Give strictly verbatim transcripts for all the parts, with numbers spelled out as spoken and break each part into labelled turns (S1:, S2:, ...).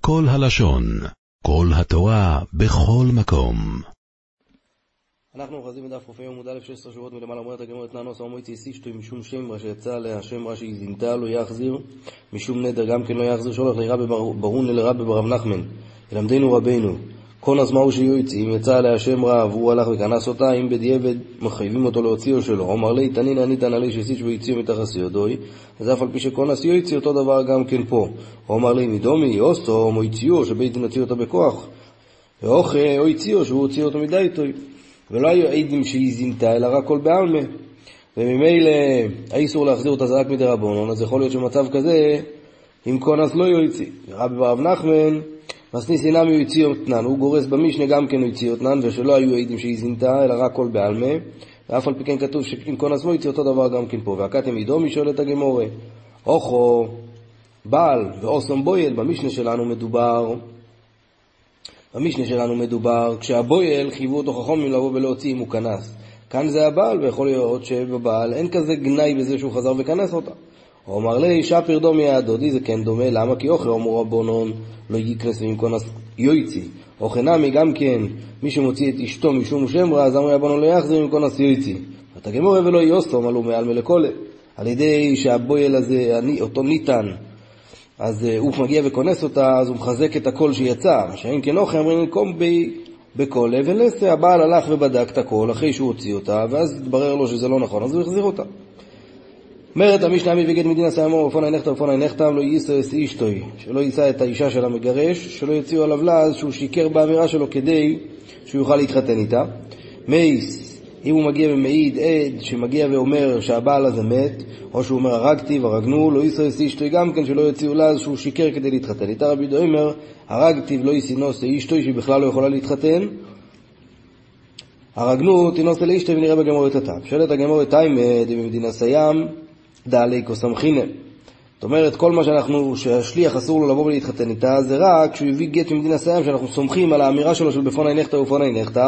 S1: כל הלשון, כל התורה, בכל מקום.
S2: אנחנו אוחזים בדף ק"ה עמוד א' שש עשרה שורות מלמעלה. אומרת הגמרא אתנן עושה מויצי סישתוי משום שמרה שיצא עליה שמרה שהיא זינתה לא יחזיר, משום נדר גם כן לא יחזיר. שולח לרבי ברון לרבי ברב נחמן ילמדנו רבינו כל אז מהו שיוציא, אם יצא עליה שמרה והוא הלך וכנס אותה, אם בדיעבד מחייבים אותו להוציאו שלו. אומר לי תנין אני תנא לי שסיש ויציאו מתחת ידוי, אז אף על פי שכונס יוציא אותו דבר גם כן פה. אומר לי מדומי אוסו מויציאו שבית דין הוציא אותה בכוח, ואוך או יציאו שהוא הוציא אותו מדי איתו, ולא היו עדים שהיא זינתה אלא רק כל בעלמה, וממילא האיסור להחזיר אותה זה רק מדי רבונון. אז יכול להיות שמצב כזה אם כונס לא יוציא. רבי ברב נחמן מסניס אינם יוציא אותנן, הוא גורס במשנה גם כן יוציא אותנן, ושלא היו עדים שהיא זינתה אלא רק כל בעלמה, ואף על פי כן כתוב שאם כונס לא יוציא אותו דבר גם כן פה. והקתם ידומי שואלת הגמורה, אוכו בעל ואוסום בויל, במשנה שלנו מדובר במשנה שלנו מדובר כשהבויל חייבו אותו חכמים לבוא ולהוציא אם הוא כנס. כאן זה הבעל, ויכול להיות שבבעל אין כזה גנאי בזה שהוא חזר וכנס אותה. הוא אמר לי שפיר דומי הדודי, זה כן דומה. למה? כי אוכל אמרו רבונון לא יקנס ואם כונס יוציא. אוכנמי גם כן מי שמוציא את אשתו משום שמרה, אז אמרו רבונון לא יחזיר אם כונס יוציא. אתה גמורה ולא יוסום עלו מעל מלכולה, על ידי שהבויל הזה אותו ניתן, אז הוא מגיע וכונס אותה, אז הוא מחזק את הכל שיצא. שאין כן אוכל אמרים נקום בקולה, ולסה הבעל הלך ובדק את הכל אחרי שהוא הוציא אותה, ואז התברר לו שזה לא נכון, אז הוא החזיר אותה. אומרת המשנה מבגד מדין עשה אמור ופון הנחתה ופון הנחתה לא יישא את אשתוי, שלא יישא את האישה של המגרש, שלא יוציאו עליו לז שהוא שיקר באמירה שלו כדי שהוא יוכל להתחתן איתה. מייס, אם הוא מגיע ומעיד עד שמגיע ואומר שהבעל הזה מת, או שהוא אומר הרגתי והרגנו, לא יישא את אשתוי גם כן שלא יוציאו לז שהוא שיקר כדי להתחתן איתה. רבי יהודה אומר הרגתי ולא יישא אשתוי שהיא בכלל לא יכולה להתחתן, הרגנו תינוס לאשתוי. ונראה בגמור את הטעם. שואלת הגמור את תימא דמדינה סיים דעלי כוסמכינן. זאת אומרת, כל מה שאנחנו, שהשליח אסור לו לבוא ולהתחתן איתה, זה רק כשהוא הביא גט ממדינה סיים, שאנחנו סומכים על האמירה שלו של בפון הנחתה ובפון הנחתה,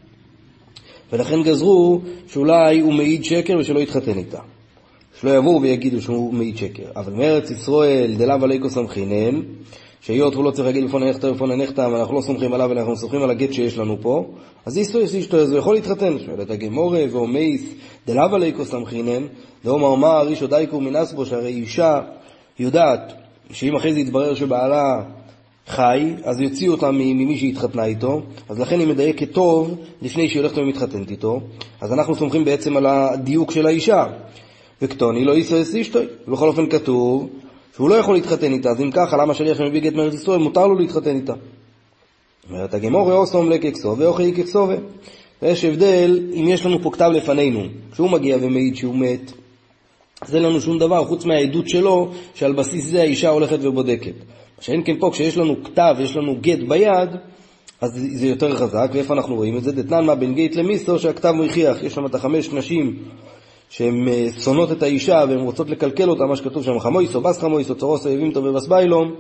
S2: ולכן גזרו שאולי הוא מעיד שקר ושלא יתחתן איתה. שלא יבואו ויגידו שהוא מעיד שקר. אבל מארץ ישראל דלאו עלי כוסמכינן, שהיות הוא לא צריך להגיד בפון הנחתה ובפון הנחתה, אבל אנחנו לא סומכים עליו, אנחנו סומכים על הגט שיש לנו פה, אז איסו יש אשתו, אז הוא יכול להתחתן. שואלת הגמורה ואומייס דלאו עלי כוסמכינן, דאמר מה הרישו דייקור מנס בו, שהרי אישה יודעת שאם אחרי זה יתברר שבעלה חי, אז יוציאו אותה ממי שהתחתנה איתו, אז לכן היא מדייקת טוב לפני שהיא הולכת ומתחתנת איתו. אז אנחנו סומכים בעצם על הדיוק של האישה. וכתוני לא יישא את אשתו, ובכל אופן כתוב שהוא לא יכול להתחתן איתה, אז אם ככה למה שליח שמביא גט מארץ ישראל מותר לו להתחתן איתה? אומרת הגמורה אוסום לקקסובה ואוכי קקסובה. ויש הבדל אם יש לנו פה כתב לפנינו, כשהוא מגיע ומעיד שהוא מת, אז אין לנו שום דבר חוץ מהעדות שלו, שעל בסיס זה האישה הולכת ובודקת. שאין כן פה, כשיש לנו כתב, יש לנו גט ביד, אז זה יותר חזק. ואיפה אנחנו רואים את זה? דתנן מה בין גט למיסו, שהכתב מוכיח. יש שם את החמש נשים שהן שונאות את האישה והן רוצות לקלקל אותה, מה שכתוב שם חמויסו, בס חמויסו, צורוסו, יבימתו ובס ביילום.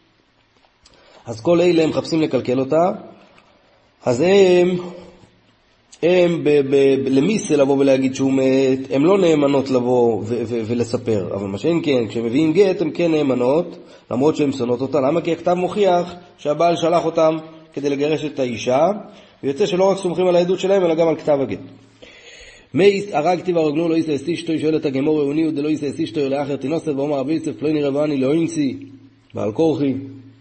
S2: אז כל אלה הם מחפשים לקלקל אותה, אז הם הם ב- ב- למיסה לבוא ולהגיד שהוא מת, הם לא נאמנות לבוא ו- ו- ולספר. אבל מה שאין כן, כשהם מביאים גט הם כן נאמנות, למרות שהם שונאות אותה. למה? כי הכתב מוכיח שהבעל שלח אותם כדי לגרש את האישה, ויוצא שלא רק סומכים על העדות שלהם אלא גם על כתב הגט. מי הרגתי והרגנו לא יישא את אשתו, שואלת הגמורה אוניו דלא יישא את אשתו לאחר תינוסת, ואומר רבי יוסף פלוני רבני לא אינצי בעל כורחי.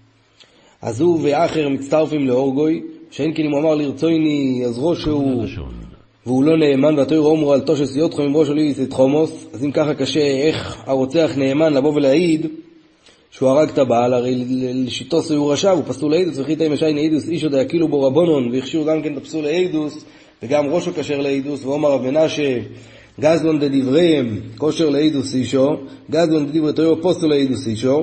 S2: אז הוא ואחר מצטרפים לאורגוי, שאין כן אם הוא אמר לרצויני אז ראש הוא והוא לא נאמן, והתויר אומרו על תושס יודכם עם ראש עלי את חומוס. אז אם ככה קשה, איך הרוצח נאמן לבוא ולהעיד שהוא הרג את הבעל? הרי לשיטוס הוא רשע, הוא פסול לעידוס, וכי תאי משאי נעידוס אישו דייקילו בו רבונון, והכשירו גם כן את הפסול לעידוס, וגם ראשו כשר לעידוס. ואומר רב מנשה גזלון דדבריהם כושר לעידוס אישו, גזלון דדברי תויר פוסול לעידוס אישו.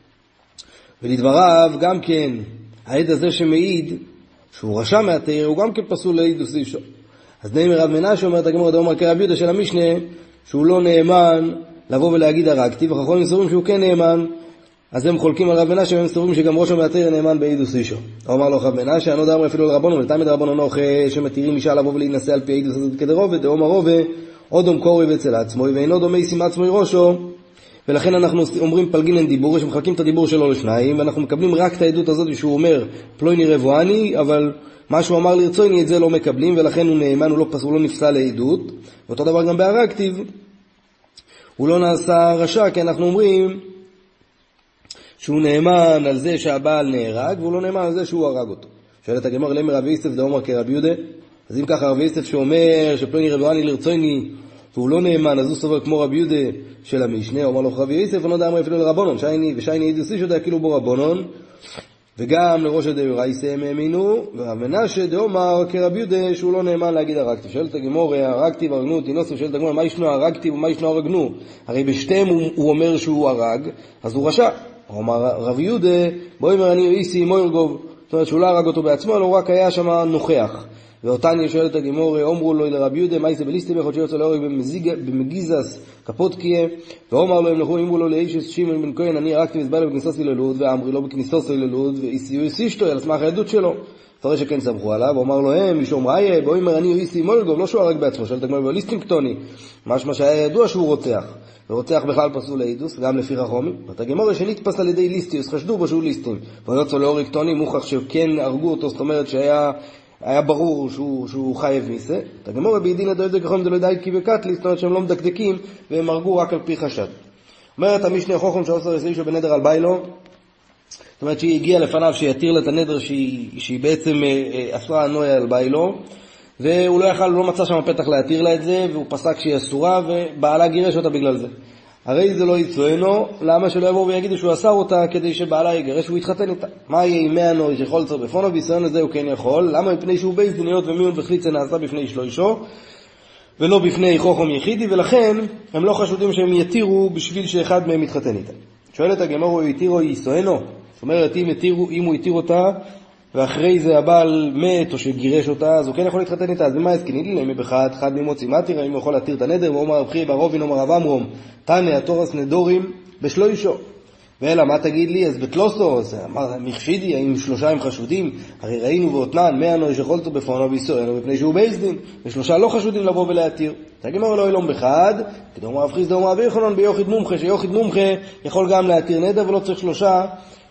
S2: ולדבריו גם כן העד הזה שמעיד שהוא רשע מהתאיר, הוא גם כן פסול לעידוס אישו. אז נאמר רב מנשה, אומרת הגמרא דאמר כרב יהודה של המשנה, שהוא לא נאמן לבוא ולהגיד הרגתי, וחכמים סוברים שהוא כן נאמן. אז הם חולקים על רב מנשה, והם סוברים שגם ראשו מהתאיר נאמן בעידוס אישו. אמר לו רב מנשה, אני לא דאמר אפילו לרבנו, ולתמיד רבנו נוח שמתירים אישה לבוא ולהינשא על פי העידוס הזאת כדי רובה, דאמר רובה, אודום קורי אצל עצמו, ואינו דומה שים עצמו ראשו, ולכן אנחנו אומרים פלגינן דיבור, שמחלקים את הדיבור שלו לשניים, ואנחנו מקבלים רק את העדות הזאת שהוא אומר פלויני רבואני, אבל מה שהוא אמר לרצוני את זה לא מקבלים, ולכן הוא נאמן, הוא לא, הוא לא נפסל לעדות. ואותו דבר גם בהרקטיב, הוא לא נעשה רשע, כי אנחנו אומרים שהוא נאמן על זה שהבעל נהרג, והוא לא נאמן על זה שהוא הרג אותו. שואלת הגמרא, למה רבי יוסף דאמר כרבי יהודה? אז אם ככה רבי יוסף שאומר שפלוני רבואני לרצוני, והוא לא נאמן, אז הוא סובר כמו רבי יהודה של המשנה, אומר לו רבי יוסף, אני לא יודע אמר אפילו לרבונון, שייני ושייני ידוסי שודה כאילו בו רבונון, וגם לראש הדאורייסה הם האמינו, והמנשה דאמר כרבי יהודה שהוא לא נאמן להגיד הרגתי. שואלת הגמרא, הרגתי והרגנו, תינוסף, שואלת הגמרא, מה ישנו הרגתי ומה ישנו הרגנו? הרי בשתיהם הוא, הוא אומר שהוא הרג, אז הוא רשע. הוא אמר רבי יהודה, בואי אומר אני איסי מוירגוב, זאת אומרת שהוא לא הרג אותו בעצמו, אלא הוא רק היה שם נוכח. ואותן שואלת הגמרא, אומרו לו לרבי יהודה, מה יעשה בליסטי בחודשי יוצא להורג במגיזס קפוטקיה, ואומר לו, הם לכו, אמרו לו לאיש שמעון בן כהן, אני הרגתי מזבלה בכניסות ללוד, ואמרי לו בכניסות ללוד, ואיסישתו, על סמך העדות שלו. תראה שכן סמכו עליו, ואומר לו, הם, משום ראיה, בואי אומר, אני איסי מולגוב, לא שהוא הרג בעצמו, שואלת הגמרא, בליסטים קטוני, משמע שהיה ידוע שהוא רוצח. ורוצח בכלל פסול לאידוס, גם לפי רחומי. והגמרא שנתפס על ידי ליסטיוס, חשדו בו שהוא ליסטים. ויוצא להורג קטוני, מוכח שכן הרגו אותו, זאת אומרת שהיה היה ברור שהוא, שהוא חייב מיסה. הגמרא בידין הדויד כחום דלו די כי בקטלי, זאת אומרת שהם לא מדקדקים, והם הרגו רק על פי חשד. אומרת המשנה חוכם שעושה רסאישו בנדר על ביילו, זאת אומרת שהיא הגיעה לפניו שיתיר לה את הנדר שהיא, שהיא בעצם אסרה הנויה על ביילו, והוא לא יכל, הוא לא מצא שם פתח להתיר לה את זה, והוא פסק שהיא אסורה, ובעלה גירש אותה בגלל זה. הרי זה לא יצואנו, למה שלא יבואו ויגידו שהוא אסר אותה כדי שבעלה יגרש והוא יתחתן איתה? מה יהיה עם מאה נוי שיכול לצור בפונו, בישראל הזה הוא כן יכול, למה מפני שהוא בייס דיניות ומיון וחליצה נעשה בפני שלוישו, ולא בפני חוכם יחידי, ולכן הם לא חשודים שהם יתירו בשביל שאחד מהם יתחתן איתה. שואלת הגמרא, הוא יתירו יצואנו? זאת אומרת, אם, יתירו, אם הוא יתיר אותה, ואחרי זה הבעל מת או שגירש אותה, אז הוא כן יכול להתחתן איתה. אז במה הסכיני לי? למי בחד, חד ממוציא מתיר, האם הוא יכול להתיר את הנדר, ואומר רבחי ברובין, אומר רב אמרום, תנא התורס נדורים בשלוישו. ואלא, מה תגיד לי? אז בתלוסו, אז אמר, מחשידי, האם שלושה הם חשודים? הרי ראינו ואותנן, מאה נוי שחולתו בפונו בישראל, מפני שהוא בייסדין, ושלושה לא חשודים לבוא ולהתיר. תגמר לו אלום בחד, כדי אומר רב חיסדא, אומר אבי יוחנן ביוחד מומחה, שיוחד מומחה יכול גם להתיר נדר, ולא צריך שלושה,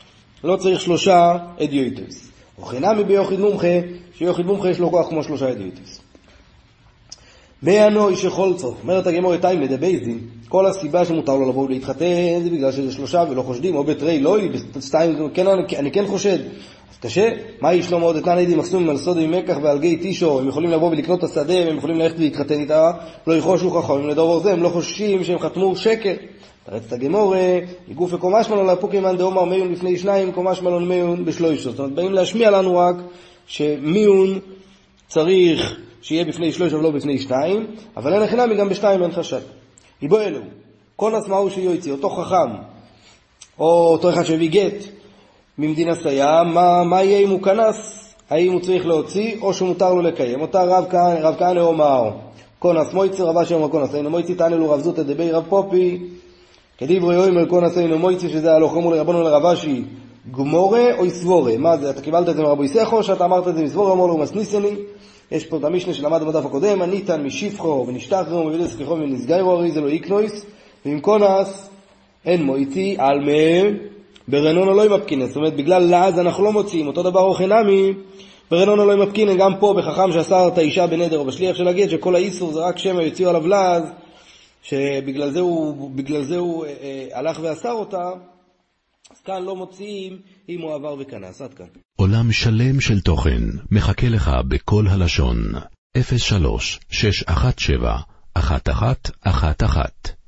S2: לא צריך שלושה אדיוטוס. וכנמי ביוחד מומחה, שיוחד מומחה יש לו כוח כמו שלושה אדיוטוס. מהנוי שחולצו, אומרת הגמרא תיים לדבייזין, כל הסיבה שמותר לו לבוא להתחתן זה בגלל שזה שלושה ולא חושדים, או בתרי לא, בסתיים, כן, אני כן חושד. אז קשה, מה יש לו מאוד אתנן עדים מקסומים על סודם ממקח ועל גיא טישו, הם יכולים לבוא ולקנות את השדה, הם יכולים ללכת להתחתן איתה, לא יחושו חכמים לדובר זה, הם לא חוששים שהם חתמו שקר. תרץ את הגמרא, יגוף וקומש מלון לפוקימן דאומר מיון לפני שניים, קומש מלון מיון בשלוישו. זאת אומרת, באים להשמיע לנו רק שמיון צריך שיהיה בפני שלוש ולא בפני שתיים, אבל אין החינמי גם בשתיים אין חשד. יבוא אלו, כונס מהו שיוצא, אותו חכם, או אותו אחד שהביא גט ממדינה סיים, מה, מה יהיה אם הוא כנס? האם הוא צריך להוציא, או שמותר לו לקיים? אותה רב כהנא, רב כהנא אומר, כונס מויצי, רבה שאומר כונס, אינו מויצי, תענה לו רב זות דבי רב פופי, כדיברי יאמר כונס אינו מויצי, שזה הלוך אמרו לרבנו לרבשי, גמורה או סבורה. מה זה? אתה קיבלת את זה מרבו יסחו, שאתה אמרת את זה מסבורה, אמר לו מסניסני. יש פה את המשנה שלמד בדף הקודם, הניתן משפחו ונשתחרו ומביא לסליחו ונסגיירו, הרי זה לא איקנויס, ועם כונס אין מויצי, על מה ברנון לא ימפקינן, זאת אומרת בגלל לעז אנחנו לא מוצאים, אותו דבר אוכל נמי, ברנון לא ימפקינן, גם פה בחכם שאסר את האישה בנדר או בשליח של הגט, שכל האיסור זה רק שם יוציאו עליו לעז, שבגלל זה הוא, בגלל זה הוא אה, אה, הלך ואסר אותה, אז כאן לא מוצאים אם הוא עבר וכנס, עד כאן.
S1: עולם שלם של תוכן מחכה לך בכל הלשון, אפס שלוש שש אחת שבע אחת אחת אחת אחת.